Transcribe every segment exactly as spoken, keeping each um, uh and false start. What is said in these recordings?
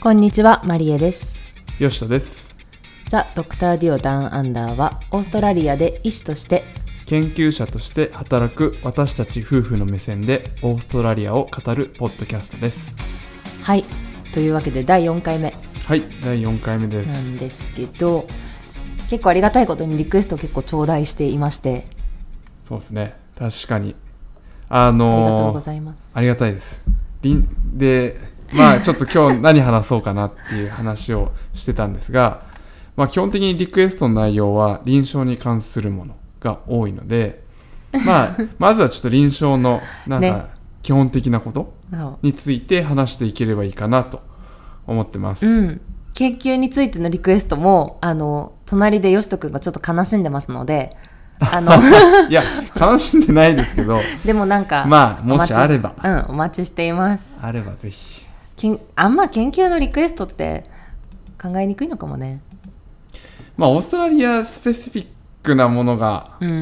こんにちは、マリエです。 吉田です。 ザ・ドクター・デュオ・ダウン・アンダーはオーストラリアで医師として研究者として働く私たち夫婦の目線でオーストラリアを語るポッドキャストです。 はい、というわけでだいよんかいめはいだいよんかいめです。 なんですけど、結構ありがたいことにリクエスト結構頂戴していまして、 そうですね、確かにあのー、 ありがとうございます。 ありがたいです。でまあちょっと今日何話そうかなっていう話をしてたんですが、まあ基本的にリクエストの内容は臨床に関するものが多いので、まあまずはちょっと臨床のなんか基本的なことについて話していければいいかなと思ってます。 うん、研究についてのリクエストもあの隣でよしとくんがちょっと悲しんでますので、あのいや悲しんでないですけど、 でもなんかまあもしあれば、 うん、お待ちしています。 あればぜひ。 あんま研究のリクエストって考えにくいのかもね。 まあオーストラリアスペシフィックなものが、 うん、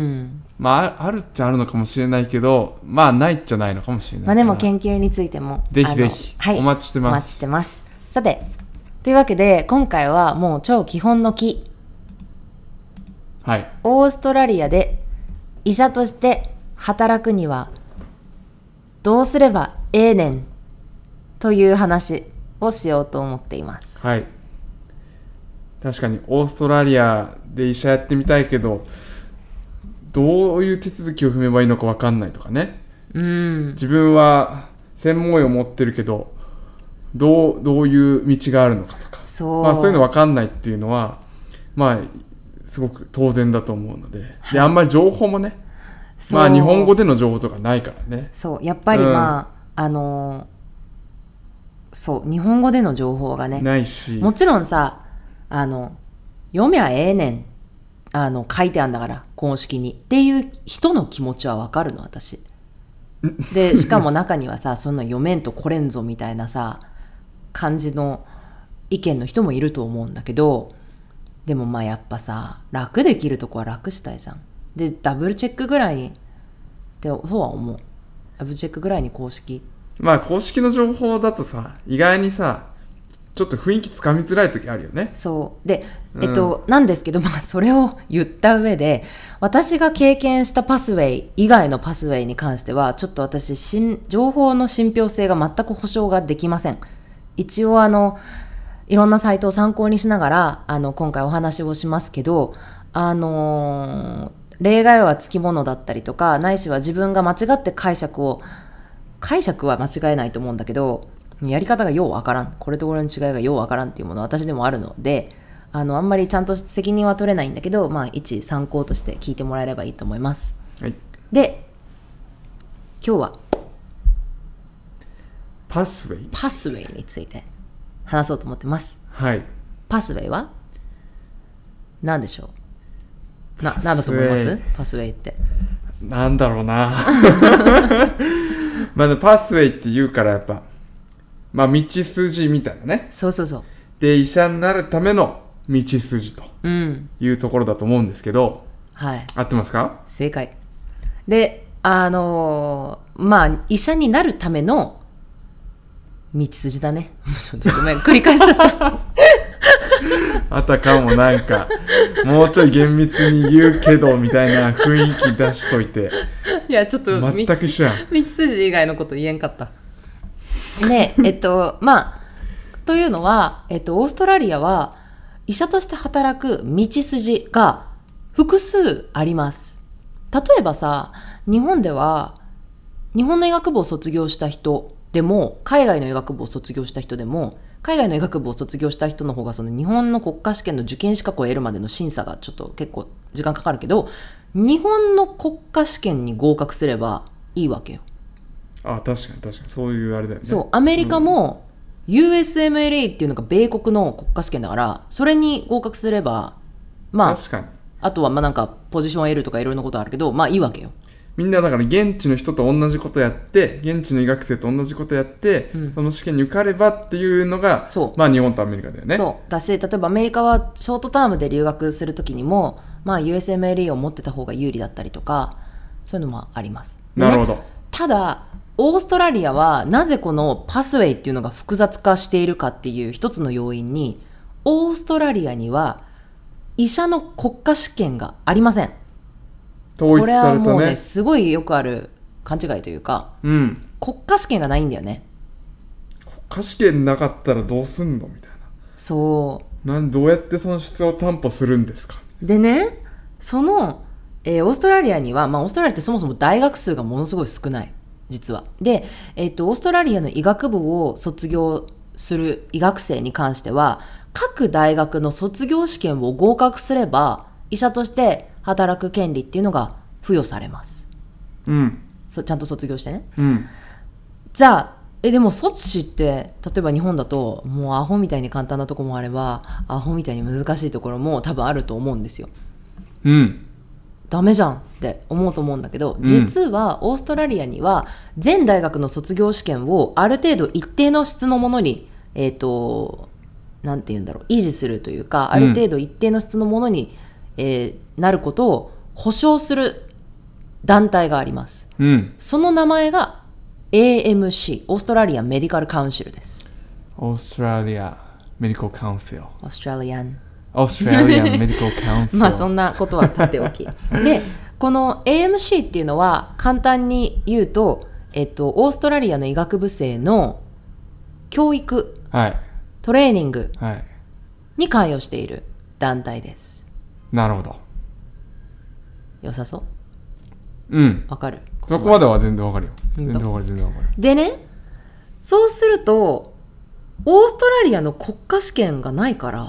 まああるっちゃあるのかもしれないけど、まあないっちゃないのかもしれない。 まあでも研究についてもぜひぜひ、はい、お待ちしてます。 お待ちしてます。さて、というわけで今回はもう超基本の木、 はい、 オーストラリアで医者として働くにはどうすればええねんという話をしようと思っています。 はい。確かにオーストラリアで医者やってみたいけど、どういう手続きを踏めばいいのか分かんないとかね。 うん。 自分は専門医を持ってるけど、どうどういう道があるのかとか、 そう、 まあそういうの分かんないっていうのは、まあすごく当然だと思うので、はい、であんまり情報もね、まあ日本語での情報とかないからね。 そうやっぱりまあ、うん、あのー。そう日本語での情報がねないし、 もちろんさ、あの読めゃええねん、あの書いてあるんだから公式にっていう人の気持ちはわかるの私で、しかも中にはさそんな読めんとこれんぞみたいなさ感じの意見の人もいると思うんだけど、でもまあやっぱさ楽できるとこは楽したいじゃん。でダブルチェックぐらいにってそうは思う。ダブルチェックぐらいに公式、 まあ公式の情報だとさ、意外にさちょっと雰囲気つかみづらい時あるよね。そうで、 えっと、うん、なんですけど、まあそれを言った上で、私が経験したパスウェイ以外のパスウェイに関してはちょっと私新情報の信憑性が全く保証ができません。一応あのいろんなサイトを参考にしながらあの今回お話をしますけど、あのー、例外はつきものだったりとか、ないしは自分が間違って解釈を解釈は間違えないと思うんだけど、やり方がようわからん、これとこれの違いがようわからんっていうものは私でもあるので、あのあんまりちゃんと責任は取れないんだけど、まあ一参考として聞いてもらえればいいと思います。 はい、 で今日はパスウェイパスウェイについて話そうと思ってます。 はい。 パスウェイは何でしょう。な、何だと思います？パスウェイってなんだろうなまあ、パスウェイって言うからやっぱ、まあ、道筋みたいなね。 そうそうそう。 で医者になるための道筋というところだと思うんですけど、 うん、はい、 合ってますか？ 正解で、あのー、まあ医者になるための道筋だねちょっとごめん繰り返しちゃったあたかもなんかもうちょい厳密に言うけどみたいな雰囲気出しといて、 いやちょっと全く一緒やん。 道筋以外のこと言えんかったね。えっとまあというのは、えっと、オーストラリアは医者として働く道筋が複数あります。例えばさ、日本では日本の医学部を卒業した人でも海外の医学部を卒業した人でも、海外の医学部を卒業した人の方がその日本の国家試験の受験資格を得るまでの審査がちょっと結構時間かかるけど、日本の国家試験に合格すればいいわけよ。 あ、確かに確かにそういうあれだよね。 そう、アメリカも ユーエスエムエルエー っていうのが米国の国家試験だから、それに合格すればまあ確かに、 あとはまあなんかポジションを得るとかいろいろなことあるけど、まあいいわけよ。 みんなだから現地の人と同じことやって、現地の医学生と同じことやって、うん、その試験に受かればっていうのが、まあ日本とアメリカだよね。 そうだし、例えばアメリカはショートタームで留学するときにも、まあ ユーエスエムエルエー を持ってた方が有利だったりとか、そういうのもあります。 なるほど。 ただオーストラリアはなぜこのパスウェイっていうのが複雑化しているかっていう一つの要因に、オーストラリアには医者の国家試験がありません。 統これ一されたはもうね、 ね。 すごいよくある勘違いというか、 うん。 国家試験がないんだよね。 国家試験なかったらどうすんのみたいそな。なんどうやってその質を担保するんですか。 う。でね、その、えーオーストラリアには、まあオーストラリアってそもそも大学数がものすごい少ない。実は。で、えっと、オーストラリアの医学部を卒業する医学生に関しては、各大学の卒業試験を合格すれば、医者として働く権利っていうのが付与されます。 うん。 そちゃんと卒業してね。 うん。 じゃあ、え、でも卒試って、例えば日本だと、もうアホみたいに簡単なところもあれば、アホみたいに難しいところも多分あると思うんですよ。 うん。 ダメじゃんって思うと思うんだけど、 うん実はオーストラリアには全大学の卒業試験をある程度一定の質のものに、えっと、なんて言うんだろう、維持するというか、ある程度一定の質のものに、えーなることを保証する団体があります。 うん。 その名前が エーエムシー、オーストラリアンメディカルカウンシルです。 オーストラリアメディカルカウンシル。 オーストラリアン。 オーストラリアメディカルカウンシル。 まあそんなことはさておき。で、この エーエムシー っていうのは簡単に言うと、えっと、オーストラリアの医学部生の教育、 はい。 トレーニングはい。 に関与している団体です。 なるほど。 良さそう？ うん。 わかる？ そこまでは全然わかるよ。 うん全然わかる、全然わかる。 でね、そうすると、オーストラリアの国家試験がないから、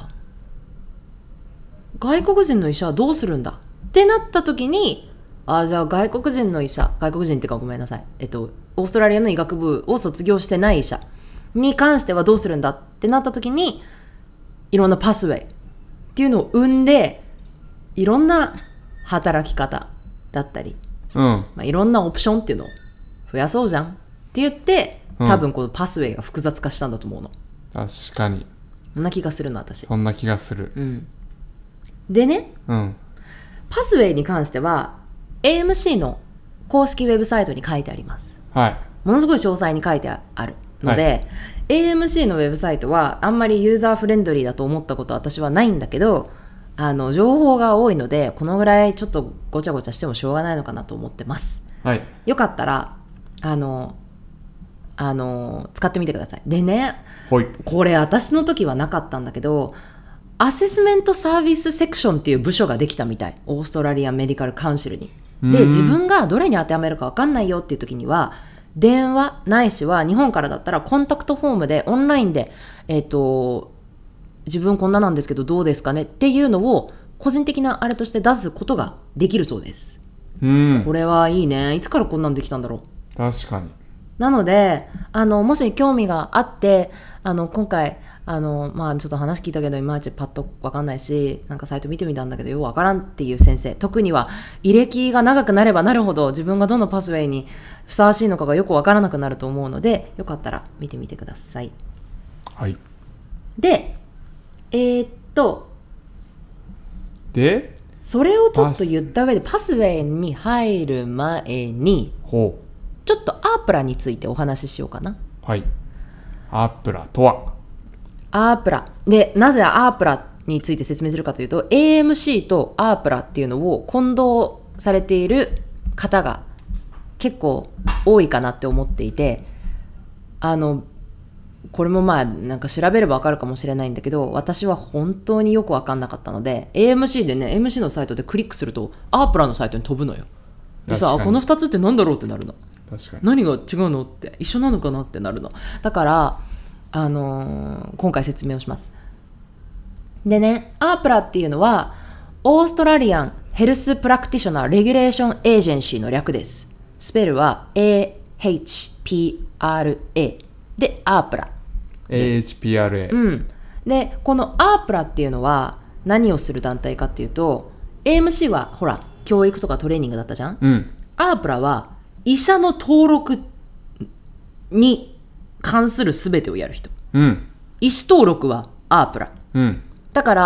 外国人の医者はどうするんだってなった時に、あ、じゃあ外国人の医者、外国人っていうかごめんなさい、えっと、オーストラリアの医学部を卒業してない医者に関してはどうするんだってなった時に、いろんなパスウェイっていうのを生んで、いろんな働き方だったり、 うん。 まあ、いろんなオプションっていうのを増やそうじゃんって言って、 うん多分このパスウェイが複雑化したんだと思うの。 確かに。 そんな気がするの、私。 そんな気がする。 うん。でね、 うん。 パスウェイに関しては エーエムシー の公式ウェブサイトに書いてあります。 はい。 ものすごい詳細に書いてあるので、 はエーエムシー のウェブサイトはあんまりユーザーフレンドリーだと思ったことは私はないんだけど、あの情報が多いので、このぐらいちょっとごちゃごちゃしてもしょうがないのかなと思ってます。 はい。 よかったらあのあの使ってみてください。でね、 ほい。 これ私の時はなかったんだけど、アセスメントサービスセクションっていう部署ができたみたい、オーストラリアンメディカルカウンシルに。で、 うーん自分がどれに当てはめるか分かんないよっていう時には、電話ないしは日本からだったらコンタクトフォームでオンラインで、えっと自分こんななんですけどどうですかねっていうのを個人的なあれとして出すことができるそうです。 うん。 これはいいね。いつからこんなんできたんだろう。 確かに。 なので、あの、もし興味があって、あの、今回、あの、まあちょっと話聞いたけど、いまいちパッとわかんないし、なんかサイト見てみたんだけど、よくわからんっていう先生、特には、履歴が長くなればなるほど、自分がどのパスウェイにふさわしいのかがよくわからなくなると思うので、よかったら見てみてください。 はい。 で、えー、っと、 で、 それをちょっと言った上で、パスウェイに入る前に、 ほう。 ちょっとアープラについてお話ししようかな。 はい。アープラとは。 アープラ。で、なぜアープラについて説明するかというと、エーエムシー とアープラっていうのを混同されている方が結構多いかなって思っていて、あの、これもまあなんか調べればわかるかもしれないんだけど、私は本当によくわかんなかったので、エーエムシー でね、エーエムシー のサイトでクリックすると、アープラのサイトに飛ぶのよ。でさ、 確かにあこのふたつってなんだろうってなるの。 確かに。 何が違うのって一緒なのかなってなるの。だからあのー今回説明をします。でね、アープラっていうのはオーストラリアンヘルスプラクティショナーレギュレーションエージェンシーの略です。スペルは エーエイチピーアールエー でアープラ。 エーエイチピーアールエー。 うん。で、このアープラっていうのは何をする団体かっていうと、エーエムシー はほら教育とかトレーニングだったじゃん。 うん。 アープラは医者の登録に関するすべてをやる人。 うん。 医師登録はアープラ。 うん。 だから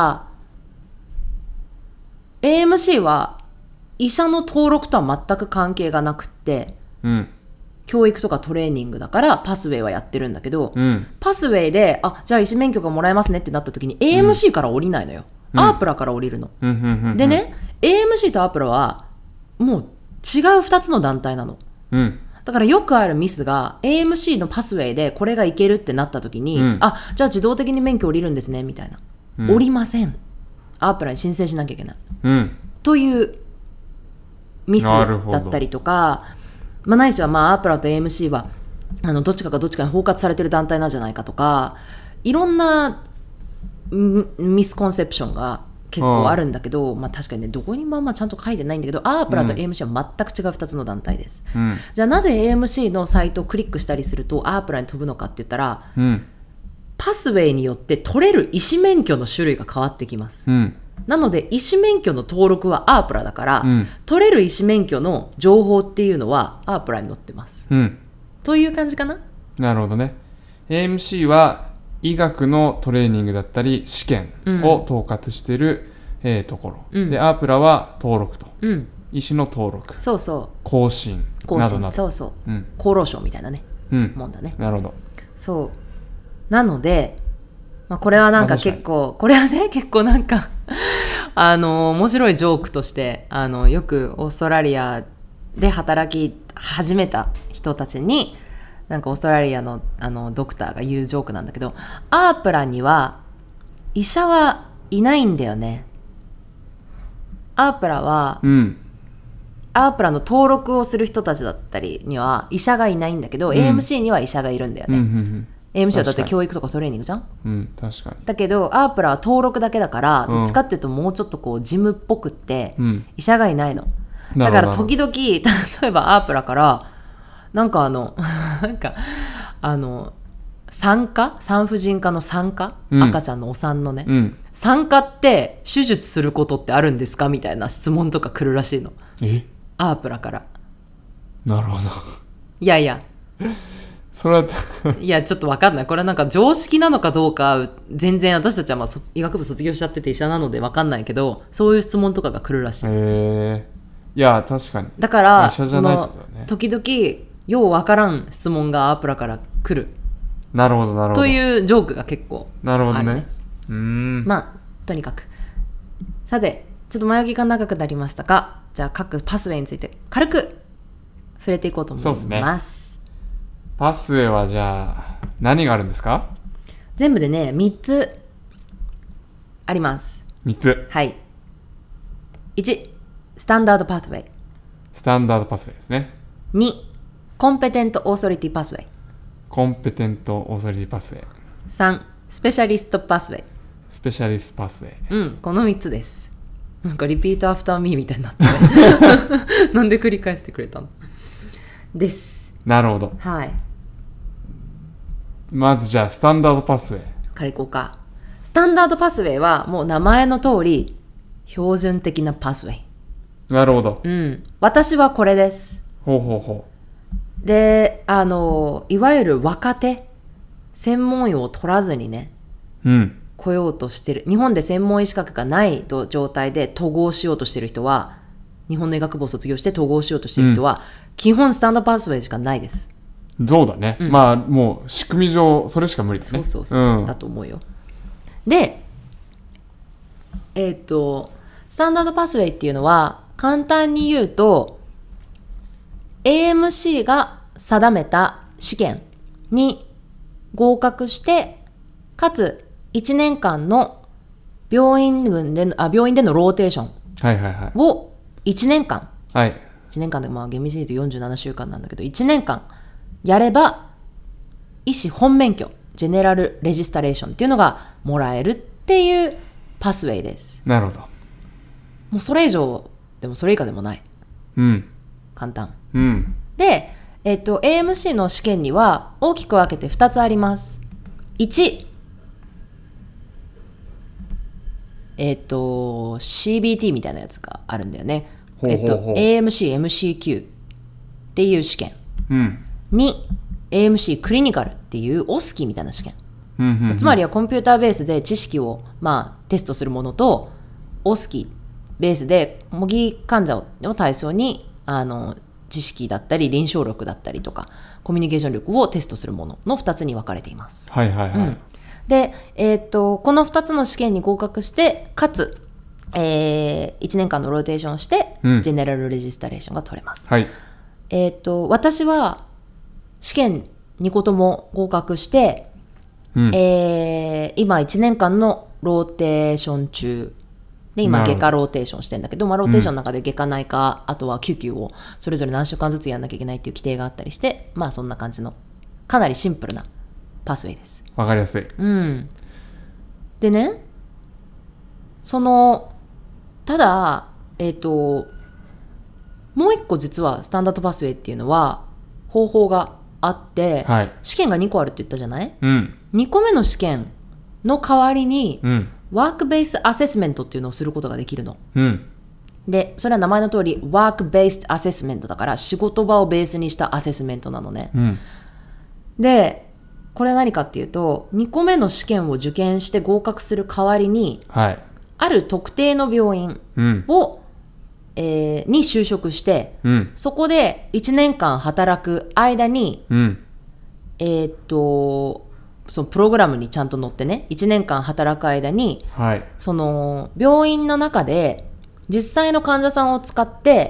エーエムシー は医者の登録とは全く関係がなくって、 うん。 教育とかトレーニングだからパスウェイはやってるんだけど、 うん、 パスウェイであじゃあ医師免許がもらえますねってなった時に エーエムシー から降りないのよ、うん、アープラから降りるの、 うんうんうんうん、 でね エーエムシー とアープラはもう違うふたつの団体なの、 うん、 だからよくあるミスが エーエムシー のパスウェイでこれがいけるってなった時に、うん、あじゃあ自動的に免許降りるんですねみたいな、うん、降りません、アープラに申請しなきゃいけない、 うん、 というミスだったりとか、まあ、ないしはまあアープラと エーエムシー はあのどっちかがどっちかに包括されてる団体なんじゃないかとかいろんなミスコンセプションが結構あるんだけど、まあ、確かにねどこにもあんまちゃんと書いてないんだけどアープラと エーエムシー は全く違うふたつの団体です、うん、じゃあなぜ エーエムシー のサイトをクリックしたりするとアープラに飛ぶのかって言ったら、うん、パスウェイによって取れる医師免許の種類が変わってきます、うん、なので医師免許の登録はアープラだから、うん、取れる医師免許の情報っていうのはアープラに載ってます、うん、という感じかな。 なるほどね。 エーエムシー は医学のトレーニングだったり試験を統括している、うんえー、ところ、うん、でアープラは登録と、うん、医師の登録そうそう更新などなどそうそう、うん、厚労省みたいなね、うん、もんだね。 なるほど。 そうなので、まあ、これはなんか結構、まあ、これはね結構なんかあの面白いジョークとしてあのよくオーストラリアで働き始めた人たちになんかオーストラリア の, あのドクターが言うジョークなんだけど、アープラには医者はいないんだよね。アープラは、うん、アープラの登録をする人たちだったりには医者がいないんだけど、うん、エーエムシー には医者がいるんだよね、うんうんうん、エーエムシー はだって教育とかトレーニングじゃん、 うん、確かに。 だけどアープラは登録だけだからどっちかっていうともうちょっとこうジムっぽくって、うん、医者がいないの。だから時々例えばアープラからなんかあのなんかあの産科産婦人科の産科、うん、赤ちゃんのお産のね、うん、産科って手術することってあるんですかみたいな質問とか来るらしいの。 えアープラから。 なるほど。 いやいやそれはいやちょっと分かんない。これはなんか常識なのかどうか全然私たちはまあ医学部卒業しちゃってて医者なので分かんないけど、そういう質問とかが来るらしい。 へえ。いや確かに。 だからその時々よう分からん質問がアープラから来る。 なるほどなるほど。 というジョークが結構ある、ね、 なるほどね。うーん。 まあとにかくさてちょっと前置きが長くなりましたが、じゃあ各パスウェイについて軽く触れていこうと思います。そうですね。 パスウェイはじゃあ何があるんですか？ 全部でねみっつあります。 みっつ。 はい。いちスタンダードパスウェイ。 スタンダードパスウェイですね。 にコンペテントオーソリティパスウェイ。 コンペテントオーソリティパスウェイ。 さんスペシャリストパスウェイ。 スペシャリストパスウェイ。 うん、このみっつです。なんかリピートアフターミーみたいになってねなんで繰り返してくれたのです。 なるほど。 はい。 まずじゃあスタンダードパスウェイからいこうか。スタンダードパスウェイはもう名前の通り標準的なパスウェイ。 なるほど。 うん。私はこれです。 ほうほうほう。で、あのいわゆる若手専門医を取らずにね、うん、来ようとしてる。日本で専門医資格がない状態で統合しようとしてる人は、日本の医学部を卒業して統合しようとしてる人は、うん、基本スタンダードパスウェイしかないです。 そうだね、うん、まあもう仕組み上それしか無理ですね。 そうそうそう、うん、だと思うよ。でえっとスタンダードパスウェイっていうのは簡単に言うと エーエムシー が定めた試験に合格してかついちねんかんの病院での、あ、病院でのローテーションをいちねんかん、 はい、いちねんかんで、まあ厳密に言うとよんじゅうななしゅうかんなんだけどいちねんかんやれば医師本免許ジェネラルレジスタレーションっていうのがもらえるっていうパスウェイです。 なるほど。もうそれ以上でもそれ以下でもない、 うん、 簡単、 うん、 で、えっと、エーエムシー の試験には大きく分けてふたつあります。いちえっと シービーティー みたいなやつがあるんだよね。 ほうほうほう、 えっと エーエムシーエムシーキュー っていう試験、 うん、 に エーエムシー クリニカルっていうオスキーみたいな試験、 うんうんうん、 つまりはコンピューターベースで知識を、まあ、テストするものとオスキーベースで模擬患者を対象にあの知識だったり臨床力だったりとかコミュニケーション力をテストするもののふたつに分かれています。 はいはいはい、 うん、で、えー、っとこのふたつの試験に合格してかつ、えー、いちねんかんのローテーションして、うん、ジェネラルレジスタレーションが取れます。 はい、 えー、っと私は試験にことも合格して、うんえー、今いちねんかんのローテーション中で今外科ローテーションしてんだけど、まあ、ローテーションの中で外科内科、うん、あとは救急をそれぞれ何週間ずつやんなきゃいけないっていう規定があったりして、まあそんな感じのかなりシンプルなパスウェイです。 わかりやすい、 うん、でねそのただえっともう一個実はスタンダードパスウェイっていうのは方法があって、はい、試験がにこあるって言ったじゃない、うん、にこめの試験の代わりに、うんワークベースアセスメントっていうのをすることができるの、うん、でそれは名前の通りワークベースアセスメントだから仕事場をベースにしたアセスメントなのね、うん、でこれは何かっていうとにこめの試験を受験して合格する代わりに、はい、ある特定の病院を、うんえー、に就職して、うん、そこでいちねんかん働く間に、うん、えー、っとそのプログラムにちゃんと載ってねいちねんかん働く間に、はい、その病院の中で実際の患者さんを使って、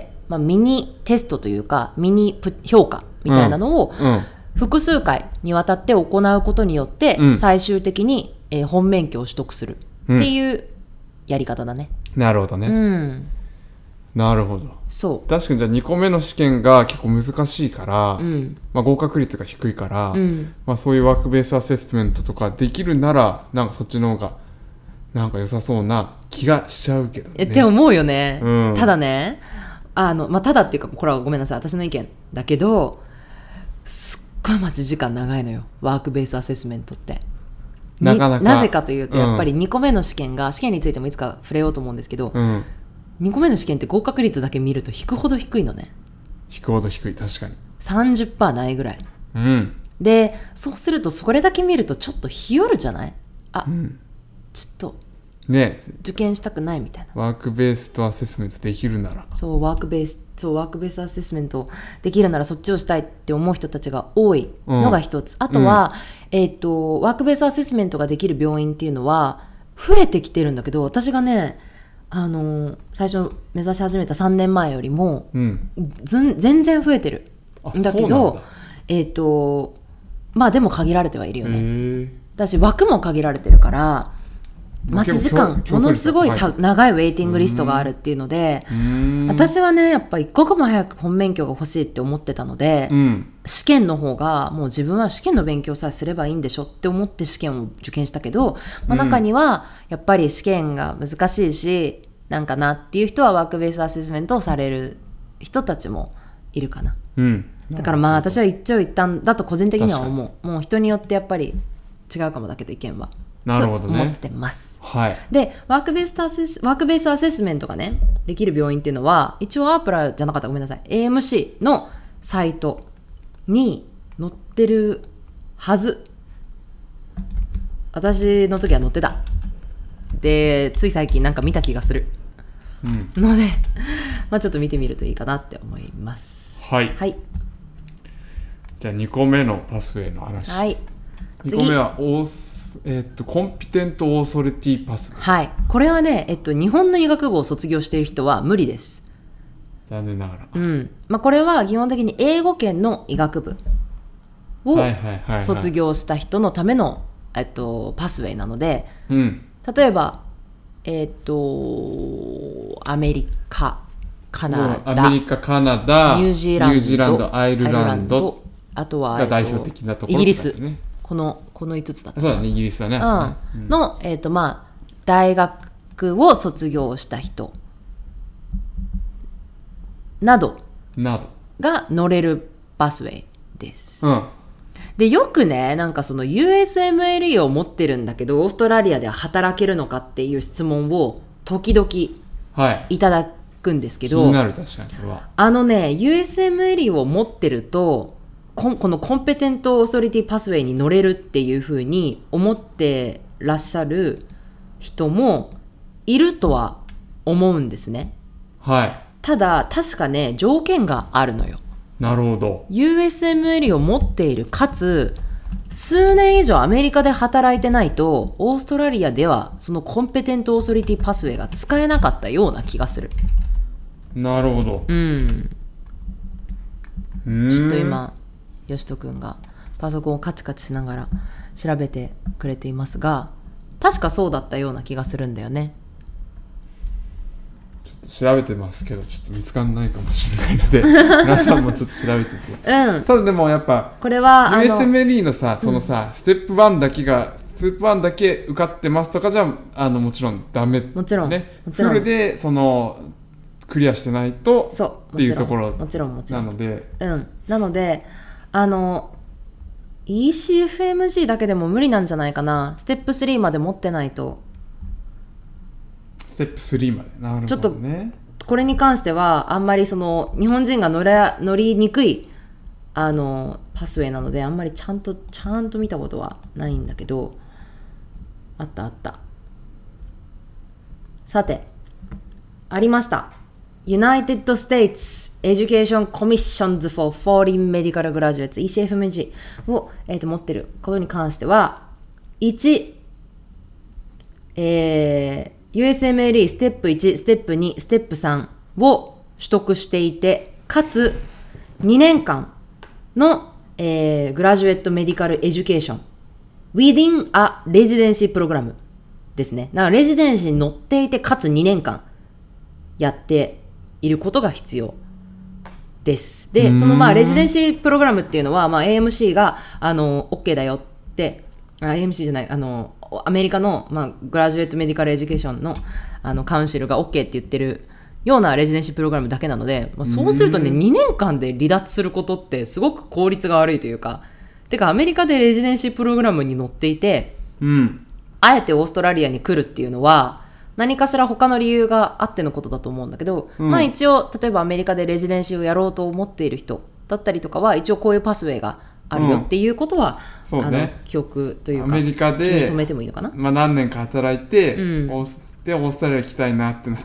まあ、ミニテストというかミニ評価みたいなのを複数回にわたって行うことによって、うん、最終的に、えー、本免許を取得するっていうやり方だね、 うん、なるほどね、うんなるほど。 そう確かにじゃあにこめの試験が結構難しいから、うんまあ、合格率が低いから、うんまあ、そういうワークベースアセスメントとかできるならなんかそっちの方がなんか良さそうな気がしちゃうけどね。 って思うよね、うん、ただねあの、まあ、ただっていうかこれはごめんなさい私の意見だけどすっごい待ち時間長いのよワークベースアセスメントってなかなかなぜかというとやっぱりにこめの試験が、うん、試験についてもいつか触れようと思うんですけど、うんにこめの試験って合格率だけ見ると引くほど低いのね。 引くほど低い確かにさんじゅっパーセント ないぐらい、うん、でそうするとそれだけ見るとちょっと日和るじゃないあ、うん、ちょっとね受験したくないみたいなワークベースとアセスメントできるならそうワークベースそうワークベースアセスメントできるならそっちをしたいって思う人たちが多いのが一つ、うん、あとは、うんえーと、ワークベースアセスメントができる病院っていうのは増えてきてるんだけど私がねあの最初目指し始めたさんねんまえよりも、うん、ず全然増えてるんだけどえっ、ー、とまあでも限られてはいるよねだし枠も限られてるから待ち時間ものすごいた長いウェイティングリストがあるっていうので私はねやっぱ一刻も早く本免許が欲しいって思ってたので、うん、試験の方がもう自分は試験の勉強さえすればいいんでしょって思って試験を受験したけど、まあ、中にはやっぱり試験が難しいしなんかなっていう人はワークベースアセスメントをされる人たちもいるかな、うん、だからまあ私は一長一短だと個人的には思うもう人によってやっぱり違うかもだけど意見はなるほどね、 と思ってます、 はい、 でワークベースアセスワークベースアセスメントがねできる病院っていうのは一応アープラじゃなかったごめんなさい エーエムシー のサイトに載ってるはず私の時は載ってたでつい最近なんか見た気がする、うん、ので、まあ、ちょっと見てみるといいかなって思いますはい、はい、じゃあにこめのパスウェイの話、 はい、 にこめはオーえー、っとコンピテントオーソリティパスはいこれはね、えっと、日本の医学部を卒業している人は無理です残念ながら、 うんまあ、これは基本的に英語圏の医学部を卒業した人のための、えっと、パスウェイなので、うん、例えばえっとアメリカカナダ、 うん、アメリカカナダニュージーランド、 ニュージーランドアイルランドあとは、 が代表的なところ、 イギリスこの、このいつつだったそうだねイギリスだね、 うんうん、の、えーとまあ、大学を卒業した人などが乗れるパスウェイです、うん、でよくねなんかその ユーエスエムエルイー を持ってるんだけどオーストラリアでは働けるのかっていう質問を時々いただくんですけど、 はい、気になる確かにそれはあのね ユーエスエムエルイー を持ってるとこ, このコンペテントオーソリティパスウェイに乗れるっていう風に思ってらっしゃる人もいるとは思うんですね。 はい。 ただ確かね条件があるのよ。 なるほど。 ユーエスエムエル を持っている、かつ数年以上アメリカで働いてないとオーストラリアではそのコンペテントオーソリティパスウェイが使えなかったような気がする。 なるほど。 うんうーんちょっと今よしとくんがパソコンをカチカチしながら調べてくれていますが、確かそうだったような気がするんだよね。 調べてますけどちょっと見つかんないかもしれないので皆さんもちょっと調べててうんただでもやっぱこれはあのユーエスエムエル のさそのさ、うん、ステップワンだけがステップワンだけ受かってますとかじゃあのもちろんダメ、 もちろんね、 もちろんフルでそのクリアしてないとそうっていうところもちろんもちろんなので、 うんなのであの イーシーエフエムジー だけでも無理なんじゃないかな。ステップスリーまで持ってないと。 ステップスリーまでなるほどね。 ちょっとこれに関してはあんまりその日本人が乗れ乗りにくいあのパスウェイなのであんまりちゃんとちゃんと見たことはないんだけど、あったあった。さてありました。United States Education Commissions for Foreign Medical Graduates イーシーエフエムジー を、えー、と持っていることに関しては、いち、えー、ユーエスエムエルイー ステップいち、ステップに、ステップさんを取得していて、かつにねんかんの、えー、グラジュエットメディカルエデュケーション within a residency program ですね。だからレジデンシーに乗っていて、かつにねんかんやっていることが必要です。で、そのまあレジデンシープログラムっていうのは、まあ、エーエムシー があの OK だよって、あ エーエムシー じゃないあのアメリカの、まあ、グラジュエットメディカルエデュケーションの、あのカウンシルが OK って言ってるようなレジデンシープログラムだけなので、まあ、そうするとねにねんかんで離脱することってすごく効率が悪いというか、てかアメリカでレジデンシープログラムに乗っていて、 うん、 あえてオーストラリアに来るっていうのは何かしら他の理由があってのことだと思うんだけど、うん、まあ一応例えばアメリカでレジデンシーをやろうと思っている人だったりとかは一応こういうパスウェイがあるよっていうことは、うんそうね、あの記憶というかアメリカで止めてもいいのかな、 まあ、何年か働いて、うん、オースでオーストラリア行きたいなってなって、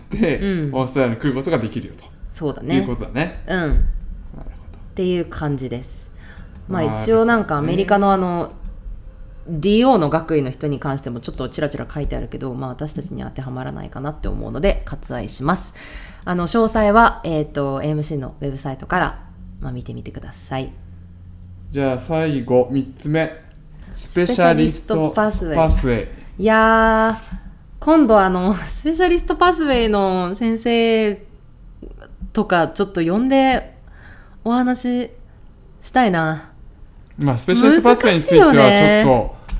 うん、オーストラリアに来ることができるよとそうだねいうことだね。 うんなるほどっていう感じです。まあ一応なんかアメリカのあのディーオー の学位の人に関してもちょっとちらちら書いてあるけど、まあ、私たちに当てはまらないかなって思うので割愛します。あの詳細は、えーと、エーエムシー のウェブサイトから、まあ、見てみてください。 じゃあ最後みっつめ、スペシャリストパスウェイ。パスウェイいやー今度あのスペシャリストパスウェイの先生とかちょっと呼んでお話ししたいな。 まあスペシャリストパスウェイについてはちょっと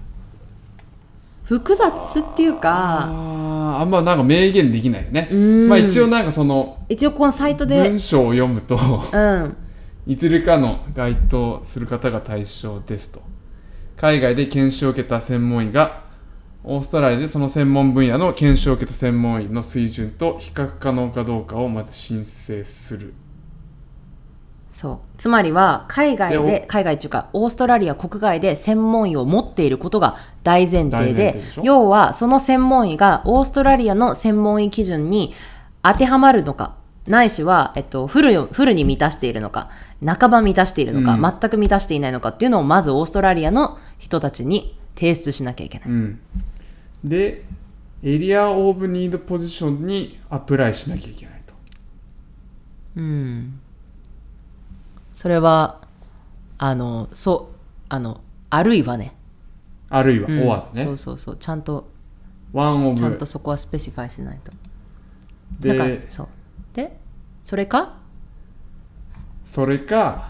複雑っていうかあ, あんまなんか明言できないよね。まあ一応なんかその一応このサイトで文章を読むと、 うん、 いずれかの該当する方が対象ですと。海外で研修を受けた専門医がオーストラリアでその専門分野の研修を受けた専門医の水準と比較可能かどうかをまず申請する。 そうつまりは海外で海外というかオーストラリア国外で専門医を持っていることが大前提 で, で要はその専門医がオーストラリアの専門医基準に当てはまるのかないしは、えっと、フル、フルに満たしているのか半ば満たしているのか、うん、全く満たしていないのかっていうのをまずオーストラリアの人たちに提出しなきゃいけない、うん、 でエリアオブニードポジションにアプライしなきゃいけないと。 うんそれはあのそうあのあるいはねあるいは、 うん、 オアねそうそうそうちゃんとワンオブちゃんとそこはスペシファイしないと。 でなんかそうでそれかそれか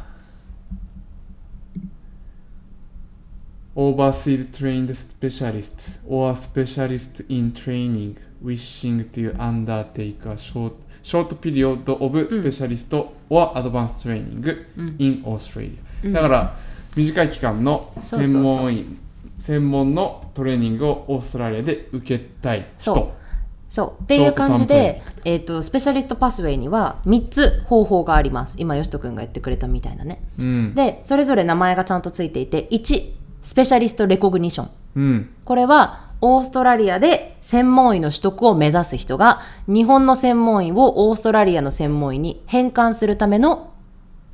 Overseas trained specialist or specialist in training wishing to undertake a short short period of specialist、うん、or advanced training in Australia、うん、だから短い期間の専門医、そうそうそう専門のトレーニングをオーストラリアで受けたい人そうそうっていう感じで、えーと、スペシャリストパスウェイにはみっつ方法があります。今よしとくんが言ってくれたみたいなね、うん、でそれぞれ名前がちゃんとついていて、いちスペシャリストレコグニション、うん、これはオーストラリアで専門医の取得を目指す人が日本の専門医をオーストラリアの専門医に変換するための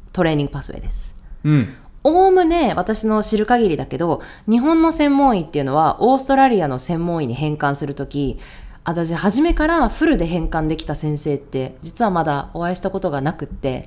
トレーニングパスウェイです。 うんおおむね私の知る限りだけど、日本の専門医っていうのはオーストラリアの専門医に変換するとき、私初めからフルで変換できた先生って実はまだお会いしたことがなくって、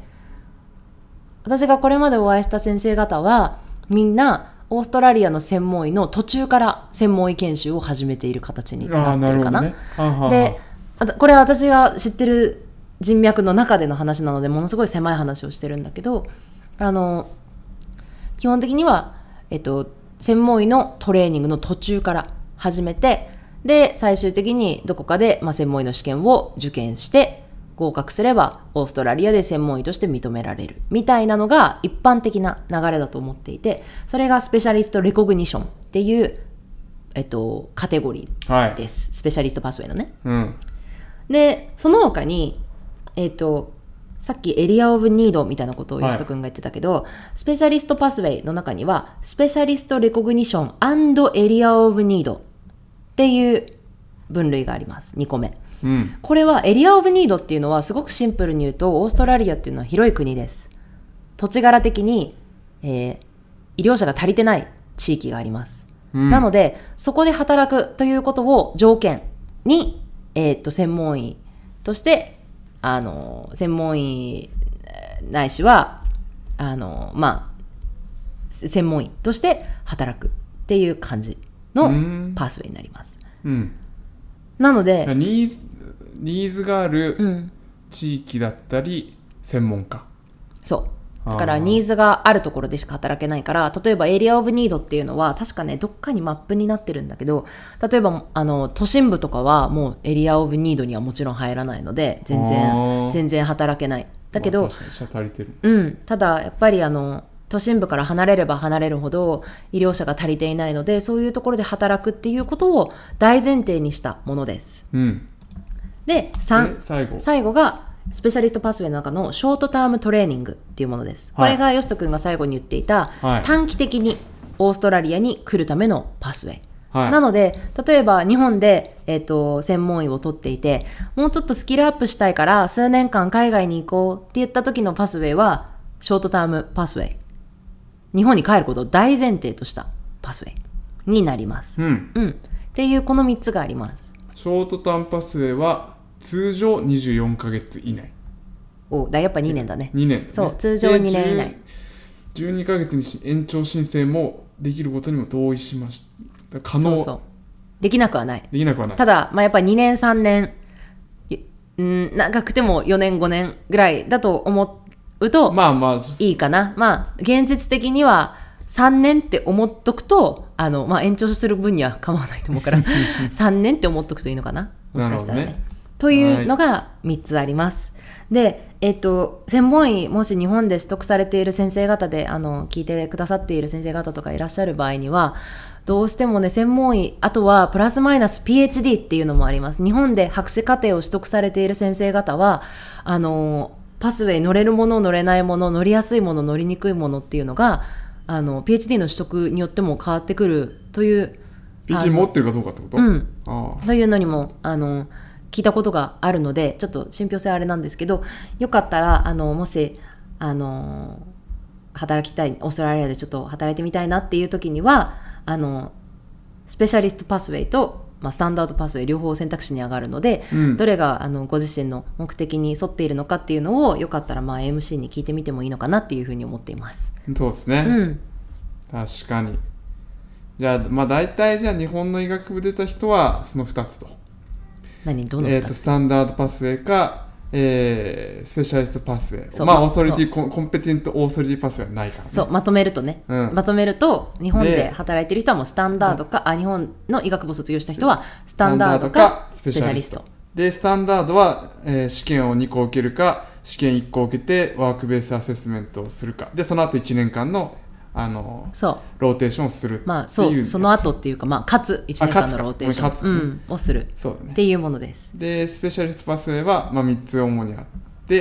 私がこれまでお会いした先生方はみんなオーストラリアの専門医の途中から専門医研修を始めている形になってるかな。 あーなるほどね。はははで、あとこれは私が知ってる人脈の中での話なのでものすごい狭い話をしてるんだけど、あの基本的には、えっと、専門医のトレーニングの途中から始めて、で最終的にどこかで、まあ、専門医の試験を受験して合格すればオーストラリアで専門医として認められるみたいなのが一般的な流れだと思っていて、それがスペシャリストレコグニションっていう、えっと、カテゴリーです、はい、スペシャリストパスウェイのね、 うん、 でその他に、えっとさっきエリアオブニードみたいなことを吉人くんが言ってたけど、はい、スペシャリストパスウェイの中にはスペシャリストレコグニション&エリアオブニードっていう分類があります。にこめ、うん、これはエリアオブニードっていうのはすごくシンプルに言うと、オーストラリアっていうのは広い国です。土地柄的に、えー、医療者が足りてない地域があります、うん、なのでそこで働くということを条件に、えー、っと専門医としてあの専門医ないしはあのまあ専門医として働くっていう感じのパスウェイになります、うん、なのでニーズ、ニーズがある地域だったり、うん、専門家、 そうだからニーズがあるところでしか働けないから、例えばエリアオブニードっていうのは確かねどっかにマップになってるんだけど、例えばあの都心部とかはもうエリアオブニードにはもちろん入らないので全然全然働けない。だけど、まあ、確かに足りてる、うん、ただやっぱりあの都心部から離れれば離れるほど医療者が足りていないので、そういうところで働くっていうことを大前提にしたものです、うん、でさん最後最後がスペシャリストパスウェイの中のショートタームトレーニングっていうものです。これが吉人くんが最後に言っていた、はい、短期的にオーストラリアに来るためのパスウェイ、はい、なので例えば日本で、えーと、専門医を取っていて、もうちょっとスキルアップしたいから数年間海外に行こうって言った時のパスウェイはショートタームパスウェイ、日本に帰ることを大前提としたパスウェイになります、うんうん、っていうこのみっつがあります。 ショートタームパスウェイは通常にじゅうよんかげつ以内。 おだやっぱにねんだね。 にねん、ね、 そう通常にねん以内。 じゅうにかげつに延長申請もできることにも同意しました。可能。そうそうできなくはない。 できなくはない。 ただ、まあ、やっぱりにねんさんねん、ん長くてもよねんごねんぐらいだと思うとまあまあいいかな。まあ現実的にはさんねんって思っとくとあの、まあ、延長する分には構わないと思うからさんねんって思っとくといいのかな、もしかしたらね。というのがみっつあります。で、えっと、専門医もし日本で取得されている先生方であの聞いてくださっている先生方とかいらっしゃる場合には、どうしてもね専門医、あとはプラスマイナス ピーエイチディー っていうのもあります。日本で博士課程を取得されている先生方はあのパスウェイ乗れるもの乗れないもの、乗りやすいもの乗りにくいものっていうのがあの ピーエイチディー の取得によっても変わってくるという、 ピーエイチディー 持ってるかどうかってこと、うん、 あというのにもあの聞いたことがあるので、ちょっと信憑性あれなんですけど、よかったらあのもしあの働きたい、オーストラリアでちょっと働いてみたいなっていう時にはあのスペシャリストパスウェイと、まあ、スタンダードパスウェイ両方選択肢に上がるので、うん、どれがあのご自身の目的に沿っているのかっていうのをよかったらまあ エムシー に聞いてみてもいいのかなっていうふうに思っています。 そうですね、うん、確かに。じゃあまあ大体じゃあ日本の医学部出た人はそのふたつと、 何どのふたつ、 えー、とスタンダードパスウェイか、えー、スペシャリストパスウェイ、まあオーソリティコンペテントオーソリティパスウェイはないからね。 そうまとめるとね、うん、まとめると日本で働いてる人はもうスタンダードか、あ日本の医学部卒業した人はスタンダードかスペシャリストで、スタンダードは、えー、試験をにこ受けるか試験いっこ受けてワークベースアセスメントをするかで、その後いちねんかんのあのそうローテーションをするっていう、 まあ、そうその後っていうか、まあ、かついちねんかんのローテーション、うん、をするそうだ、ね、っていうものです。 でスペシャリストパスウェイは、まあ、みっつ主にあって、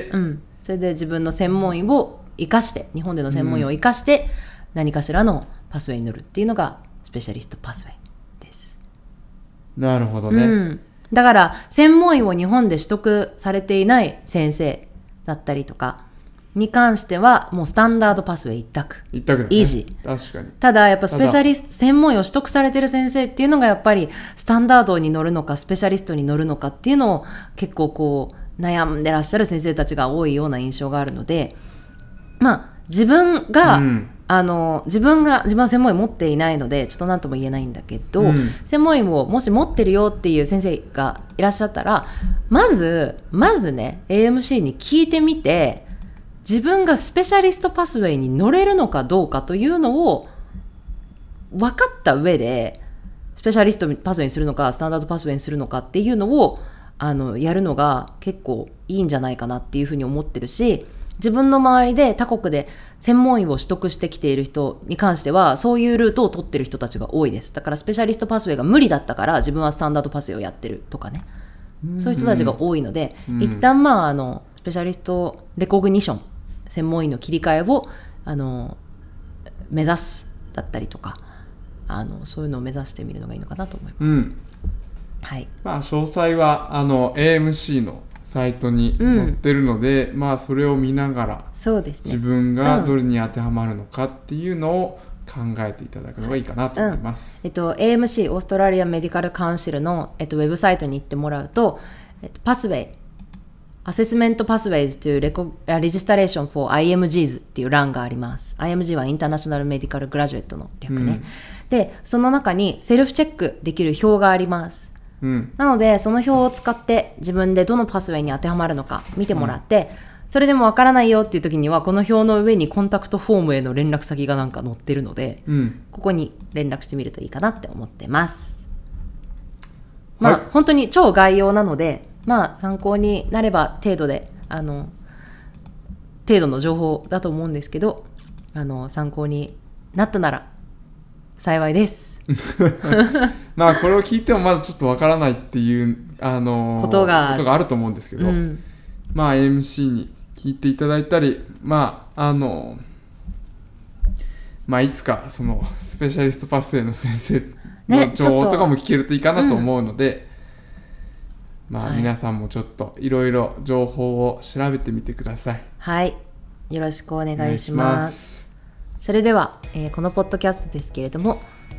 うん、それで自分の専門医を生かして、日本での専門医を生かして、うん、何かしらのパスウェイに乗るっていうのがスペシャリストパスウェイです。 なるほどね、うん、 だから専門医を日本で取得されていない先生だったりとか、 に関してはもうスタンダードパスウェイ一択一択だね。 イージー確かに。 ただやっぱスペシャリスト専門医を取得されてる先生っていうのがやっぱりスタンダードに乗るのかスペシャリストに乗るのかっていうのを結構こう悩んでらっしゃる先生たちが多いような印象があるので、まあ自分が、うん、あの自分が自分は専門医持っていないのでちょっと何とも言えないんだけど、うん、専門医をもし持ってるよっていう先生がいらっしゃったらまずまずね エーエムシー に聞いてみて自分がスペシャリストパスウェイに乗れるのかどうかというのを分かった上でスペシャリストパスウェイにするのかスタンダードパスウェイにするのかっていうのをあのやるのが結構いいんじゃないかなっていうふうに思ってるし、自分の周りで他国で専門医を取得してきている人に関してはそういうルートを取ってる人たちが多いです。だからスペシャリストパスウェイが無理だったから自分はスタンダードパスウェイをやってるとかね、そういう人たちが多いので、うん、一旦まああのスペシャリストレコグニション専門医の切り替えをあの目指すだったりとかあのそういうのを目指してみるのがいいのかなと思います、うんはい。 まあ、詳細はあの エーエムシー のサイトに載ってるので、うんまあ、それを見ながらそうです、ね、 自分がどれに当てはまるのかっていうのを考えていただくのがいいかなと思います、 うんえっと、エーエムシー オーストラリアメディカルカウンシルの、えっと、ウェブサイトに行ってもらうと、えっと、パスウェイアセスメントパスウェイズというレコレジスタレーション for アイエムジーズ っていう欄があります。 アイエムジー はインターナショナルメディカルグラジュエットの略ね、うん、でその中にセルフチェックできる表があります、うん、なのでその表を使って自分でどのパスウェイに当てはまるのか見てもらって、うん、それでもわからないよっていう時にはこの表の上にコンタクトフォームへの連絡先がなんか載ってるので、うん、ここに連絡してみるといいかなって思ってます。まあ、はい、本当に超概要なのでまあ参考になれば程度であの程度の情報だと思うんですけどあの参考になったなら幸いですまあこれを聞いてもまだちょっとわからないっていうあのことが、 ことがあると思うんですけど、うん、まあ エーエムシー に聞いていただいたりまああのまあいつかそのスペシャリストパスウェイの先生の情報とかも聞けるといいかなと思うので、うんまあ、皆さんもちょっといろいろ情報を調べてみてください。 はい、よろしくお願いします。それでは、えー、このポッドキャストですけれども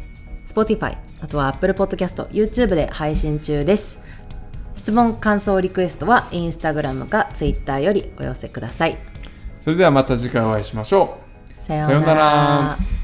Spotify あとは Apple Podcast、YouTube で配信中です。質問感想リクエストは Instagram か Twitter よりお寄せください。 それではまた次回お会いしましょう。 さようなら。